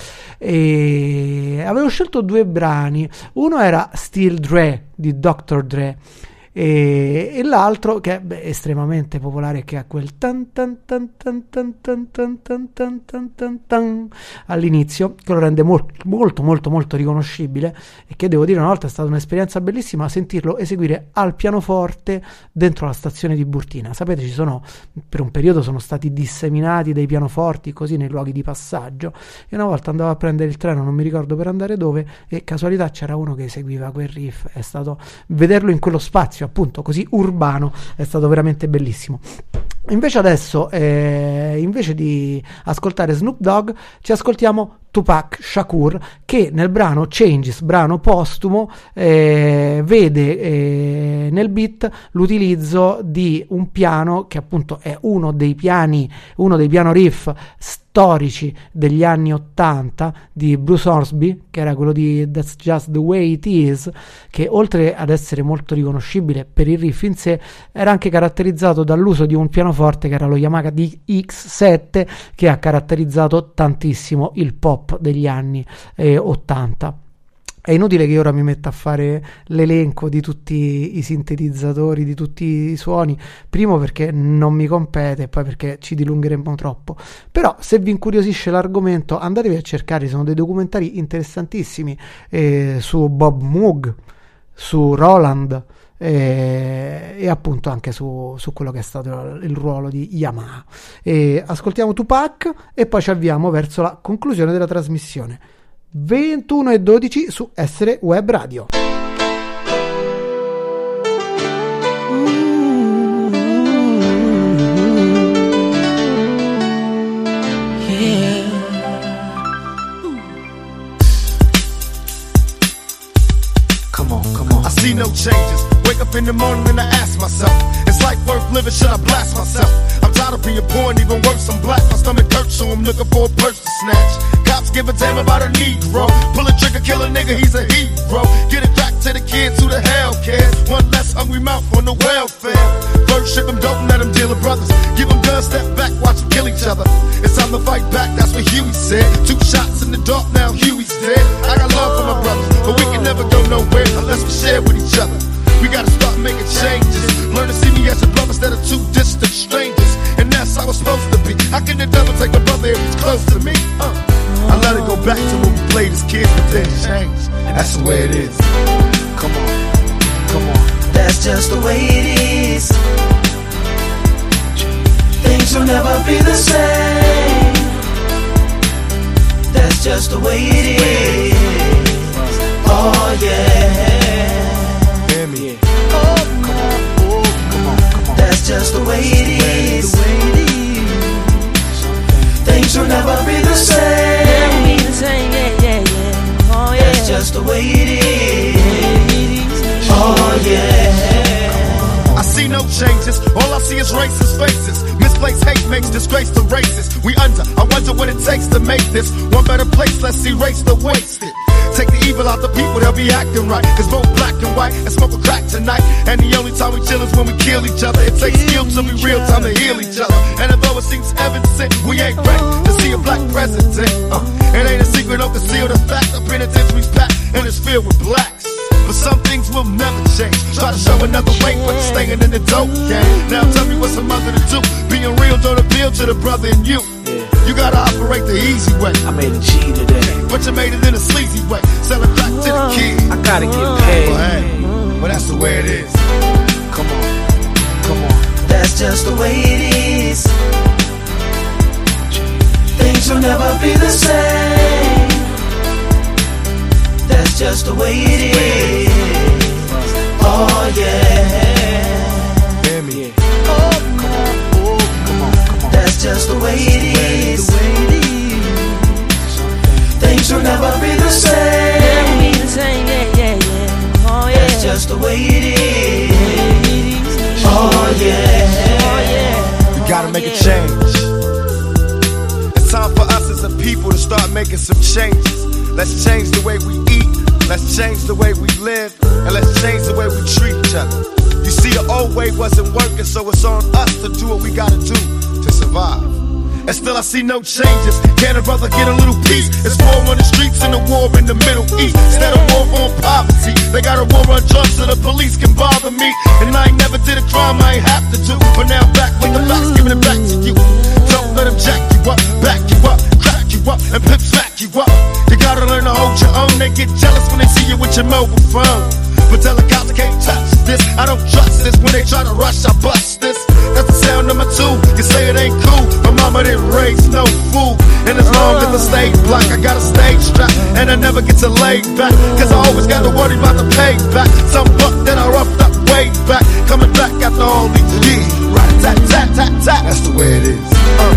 e avevo scelto due brani. Uno era Still Dre di doctor Dre e, e l'altro che è beh, estremamente popolare, che ha quel tan tan tan tan tan tan tan tan tan tan tan tan all'inizio, che lo rende molto molto molto molto riconoscibile, e che devo dire una volta è stata un'esperienza bellissima sentirlo eseguire al pianoforte dentro la stazione di Burtina. Sapete, ci sono, per un periodo sono stati disseminati dei pianoforti così nei luoghi di passaggio, e una volta andavo a prendere il treno, non mi ricordo per andare dove, e casualità c'era uno che eseguiva quel riff. È stato vederlo in quello spazio appunto così urbano, è stato veramente bellissimo. Invece adesso eh, invece di ascoltare Snoop Dogg ci ascoltiamo Tupac Shakur, che nel brano Changes, brano postumo, eh, vede eh, nel beat l'utilizzo di un piano che appunto è uno dei piani, uno dei piano riff storici degli anni ottanta di Bruce Hornsby, che era quello di That's Just the Way It Is, che oltre ad essere molto riconoscibile per il riff in sé era anche caratterizzato dall'uso di un pianoforte che era lo Yamaha D X sette, che ha caratterizzato tantissimo il pop degli anni eh, ottanta. È inutile che ora mi metta a fare l'elenco di tutti i sintetizzatori, di tutti i suoni, primo perché non mi compete e poi perché ci dilungheremmo troppo. Però se vi incuriosisce l'argomento andatevi a cercare, sono dei documentari interessantissimi eh, su Bob Moog, su Roland eh, e appunto anche su, su quello che è stato il ruolo di Yamaha. E ascoltiamo Tupac e poi ci avviamo verso la conclusione della trasmissione. ventuno e dodici su Essere Web Radio. Come on, come on. I see no changes. Wake up in the morning and I ask myself, is life worth living? Should I blast myself? I'm tired of being poor and even worse, I'm black. My stomach hurts, so I'm looking for a purse to snatch. Cops give a damn about a Negro. Pull a trigger, kill a nigga, he's a hero. Get it back to the kids who the hell cares. One less hungry mouth on the welfare. First ship them, don't let them deal with brothers. Give them guns, step back, watch them kill each other. It's time to fight back, that's what Huey said. Two shots in the dark, now Huey's dead. I got love for my brothers, but we can never go nowhere unless we share with each other. We gotta start making changes. Learn to see me as a brother instead of two distant strangers. And that's how it's supposed to be. How can the devil take a brother if he's close to me? Uh. I let it go back to when we played as kids, but then changed. That's the way it is. Come on, come on. That's just the way it is. Things will never be the same. That's just the way it is. Oh yeah. Hear me. Oh, come on, oh, come on, come on. That's just the way it is. Things will never be the same. Never be the same, yeah, yeah, yeah. Oh yeah. That's just the way it is. Oh yeah. I see no changes, all I see is racist faces. Misplaced hate makes disgrace to races. We under, I wonder what it takes to make this one better place. Let's erase the wasted. Take the evil out the people, they'll be acting right. Cause both black and white and smoke a crack tonight. And the only time we chill is when we kill each other. It takes skill to be real, time to heal each other. And although it seems evident, we ain't ready to see a black president. Uh, it ain't a secret, don't conceal the fact. The penitentiary's packed and it's filled with blacks. But some things will never change. Try to show another way, but you're staying in the dope game. Now tell me what's a mother to do. Being real don't appeal to the brother in you. You gotta operate the easy way. I made a G today, but you made it in a sleazy way. Sell it back to the kids. I gotta get paid. Well, hey, well that's the way it is. Come on, come on. That's just the way it is. Things will never be the same. That's just the way it is. Oh yeah. Hear me. Oh, come on, oh, come on, come on. That's just the way it is. Things will never be the same. Never be the same, yeah, yeah, yeah. Oh yeah. That's just the way it is. Oh yeah. Oh yeah. We gotta make a change. It's time for us as a people to start making some changes. Let's change the way we eat, let's change the way we live, and let's change the way we treat each other. You see, the old way wasn't working, so it's on us to do what we gotta do to survive. And still I see no changes. Can a brother get a little peace? It's war on the streets and a war in the Middle East. Instead of war on poverty, they got a war on drugs so the police can bother me. And I ain't never did a crime I ain't have to do, but now I'm back with the facts, giving it back to you. Don't let them jack you up, back you up, crack you up, and pimp smack you up. You gotta learn to hold your own. They get jealous when they see you with your mobile phone. But tell the cops I can't touch this. I don't trust this. When they try to rush, I bust this. That's the sound number two. You say it ain't cool. My mama didn't raise no fool. And as long as I stay black, I got a stage strap. And I never get to lay back. Cause I always gotta worry about the payback. Some buck that I roughed up way back. Coming back after all these years. Right, tat, tat, tat, tat. That's the way it is. Uh.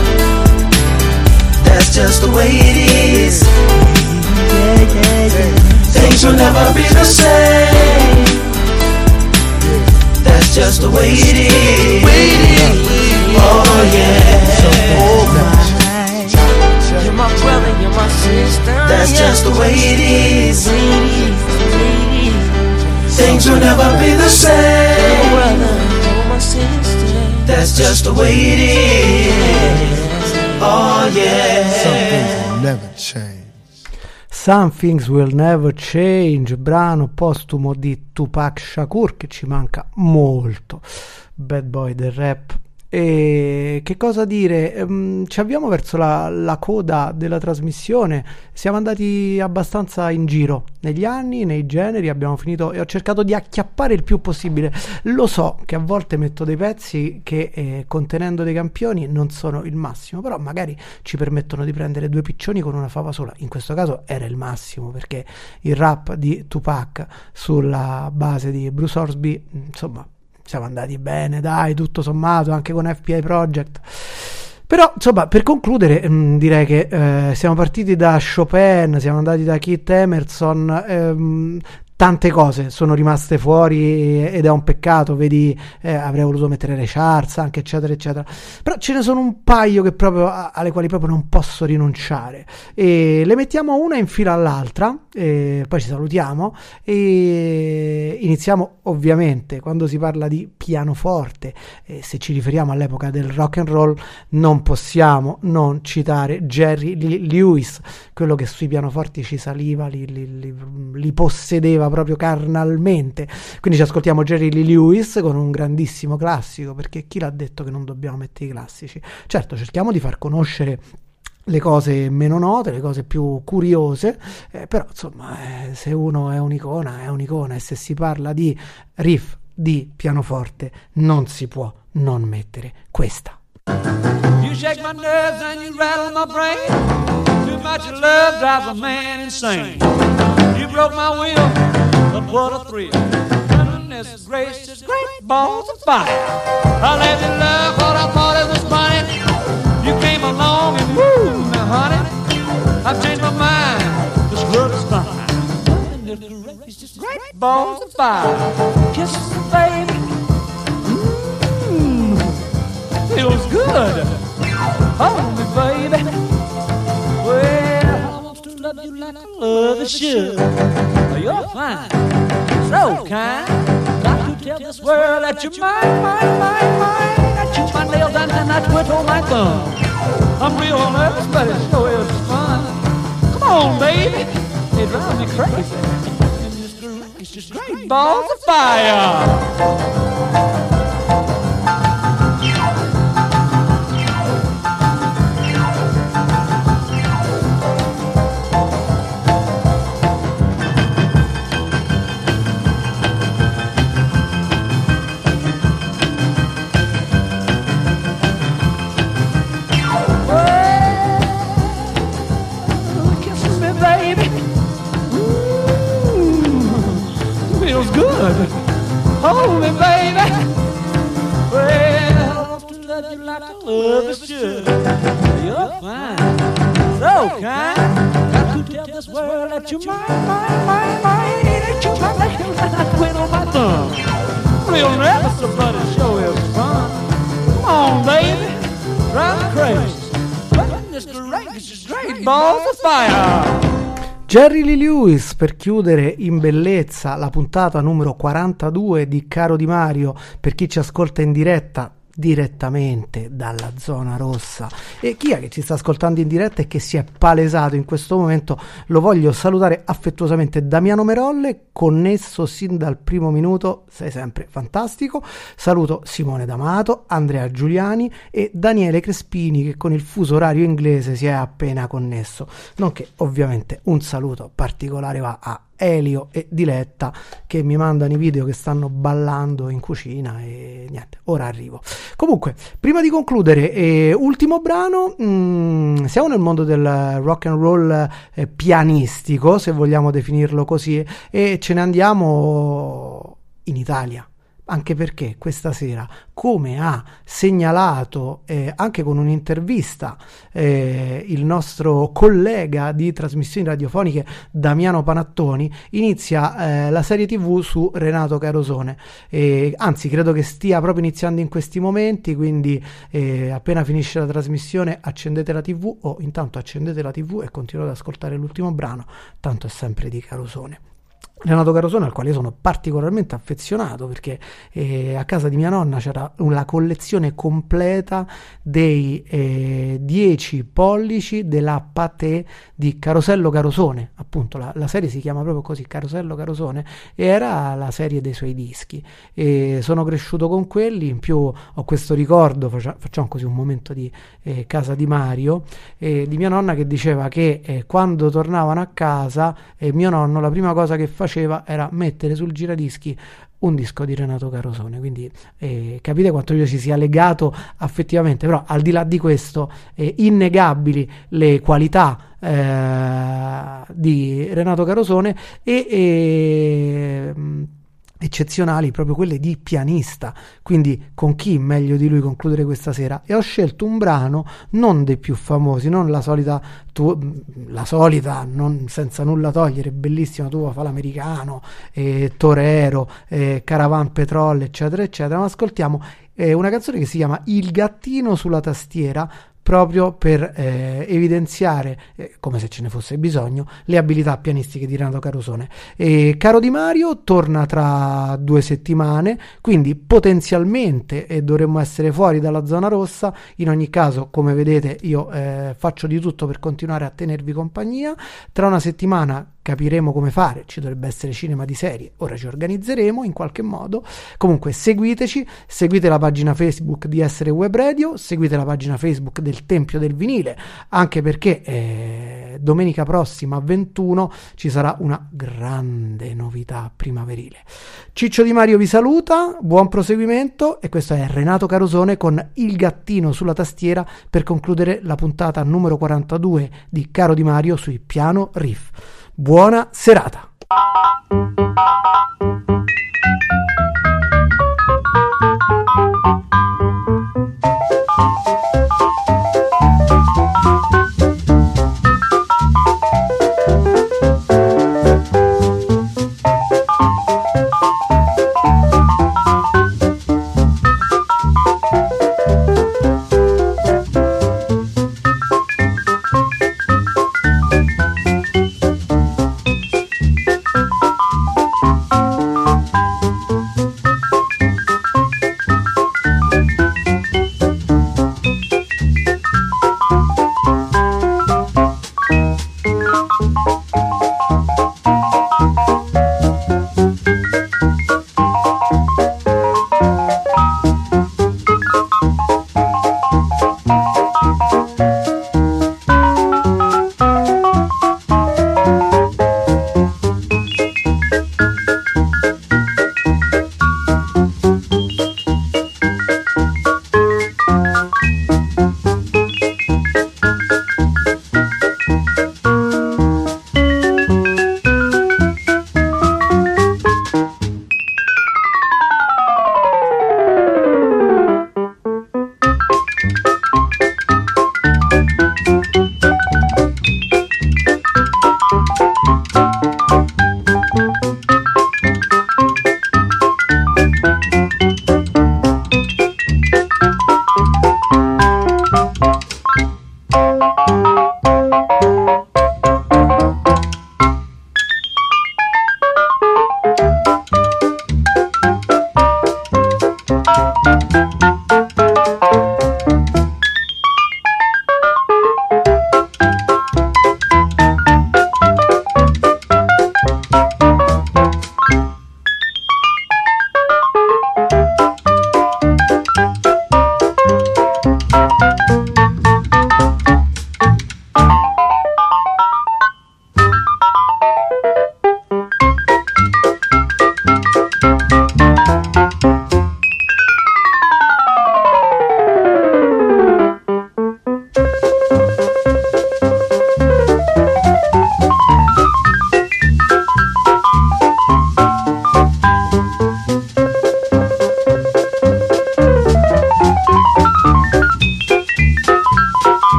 That's just the way it is. Yeah, yeah, yeah. Things will never be the same. That's just the way it is. Oh yeah. You're my brother, you're my sister. That's yeah. just the way it is. Things will never be the same. You're my brother, you're my sister. That's just the way it is. Oh yeah. Some things will never change. Some Things Will Never Change, brano postumo di Tupac Shakur che ci manca molto, bad boy del rap. E che cosa dire, um, ci avviamo verso la, la coda della trasmissione. Siamo andati abbastanza in giro negli anni, nei generi, abbiamo finito e ho cercato di acchiappare il più possibile. Lo so che a volte metto dei pezzi che eh, contenendo dei campioni non sono il massimo, però magari ci permettono di prendere due piccioni con una fava sola. In questo caso era il massimo, perché il rap di Tupac sulla base di Bruce Hornsby, insomma, siamo andati bene, dai, tutto sommato, anche con F P I Project. Però, insomma, per concludere, mh, direi che eh, siamo partiti da Chopin, siamo andati da Keith Emerson, ehm, tante cose sono rimaste fuori ed è un peccato, vedi, eh, avrei voluto mettere Ray Charles anche, eccetera eccetera, però ce ne sono un paio che proprio alle quali proprio non posso rinunciare, e le mettiamo una in fila all'altra, e poi ci salutiamo e iniziamo ovviamente quando si parla di pianoforte, e se ci riferiamo all'epoca del rock and roll non possiamo non citare Jerry Lee Lewis, quello che sui pianoforti ci saliva, li, li, li, li possedeva proprio carnalmente. Quindi ci ascoltiamo Jerry Lee Lewis con un grandissimo classico, perché chi l'ha detto che non dobbiamo mettere i classici? Certo, cerchiamo di far conoscere le cose meno note, le cose più curiose, eh, però insomma, eh, se uno è un'icona è un'icona, e se si parla di riff di pianoforte non si può non mettere questa. You shake my nerves and you rattle my brain. Too much love drives a man insane. You broke my will, but what a thrill. Goodness gracious, great balls of fire. I let you love what I thought it was funny. You came along and woo, now honey, I've changed my mind. This love is fine. Goodness gracious, great balls of fire. Kisses, baby. Mmm, feels good. Hold me, baby. Well, I want to love you like I love you should. You're fine, so kind. Got to tell this world that you're mine, mine, mine, mine. I chew my nails and then I twiddle my thumb. I'm real nervous, but it sure is fun. Come on, baby, it drives me crazy. It's just great balls of fire. Hold me, baby. Well, I want to love you like I love you should. You're fine, so kind. Got to tell this world that you're mine, mine, mine, mine. That you're my lady, and I quit on my thumb. Real nervous, but it sure is fun. Come on, baby, drive me crazy. Goodness gracious, great balls of fire. Jerry Lee Lewis, per chiudere in bellezza la puntata numero quarantadue di Caro Di Mario, per chi ci ascolta in diretta direttamente dalla zona rossa, e chi è che ci sta ascoltando in diretta e che si è palesato in questo momento, lo voglio salutare affettuosamente. Damiano Merolle, connesso sin dal primo minuto, sei sempre fantastico. Saluto Simone D'Amato, Andrea Giuliani e Daniele Crespini, che con il fuso orario inglese si è appena connesso, nonché ovviamente un saluto particolare va a Elio e Diletta, che mi mandano i video che stanno ballando in cucina, e niente, ora arrivo. Comunque, prima di concludere, eh, ultimo brano, mh, siamo nel mondo del rock and roll eh, pianistico, se vogliamo definirlo così, e ce ne andiamo in Italia. Anche perché questa sera, come ha segnalato eh, anche con un'intervista eh, il nostro collega di trasmissioni radiofoniche Damiano Panattoni, inizia eh, la serie tv su Renato Carosone, eh, anzi credo che stia proprio iniziando in questi momenti, quindi eh, appena finisce la trasmissione accendete la tv, o intanto accendete la tv e continuate ad ascoltare l'ultimo brano, tanto è sempre di Carosone. Renato Carosone, al quale io sono particolarmente affezionato, perché eh, a casa di mia nonna c'era una collezione completa dei eh, dieci pollici della Pathé di Carosello Carosone, appunto la, la serie si chiama proprio così, Carosello Carosone, e era la serie dei suoi dischi, e sono cresciuto con quelli. In più ho questo ricordo, faccia, facciamo così un momento di eh, casa di Mario, eh, di mia nonna, che diceva che eh, quando tornavano a casa eh, mio nonno la prima cosa che faceva faceva era mettere sul giradischi un disco di Renato Carosone, quindi eh, capite quanto io ci sia legato affettivamente. Però al di là di questo, eh, innegabili le qualità eh, di Renato Carosone, e, e eccezionali, proprio quelle di pianista, quindi con chi meglio di lui concludere questa sera? E ho scelto un brano non dei più famosi, non la solita tu, la solita, non, senza nulla togliere, bellissima tua fa l'americano, eh, Torero, eh, Caravan Petrol, eccetera eccetera, ma ascoltiamo eh, una canzone che si chiama Il gattino sulla tastiera, proprio per eh, evidenziare, eh, come se ce ne fosse bisogno, le abilità pianistiche di Renato Carosone. E Caro Di Mario torna tra due settimane, quindi potenzialmente eh, dovremmo essere fuori dalla zona rossa. In ogni caso, come vedete, io eh, faccio di tutto per continuare a tenervi compagnia. Tra una settimana capiremo come fare, ci dovrebbe essere cinema di serie, ora ci organizzeremo in qualche modo. Comunque seguiteci, seguite la pagina Facebook di Essere Web Radio, seguite la pagina Facebook del Tempio del Vinile, anche perché eh, domenica prossima a ventuno ci sarà una grande novità primaverile. Ciccio Di Mario vi saluta, buon proseguimento, e questo è Renato Carosone con Il gattino sulla tastiera per concludere la puntata numero quarantadue di Caro Di Mario sui Piano Riff. Buona serata.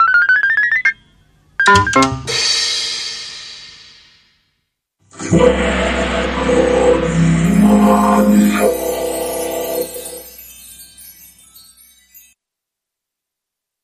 Yeah.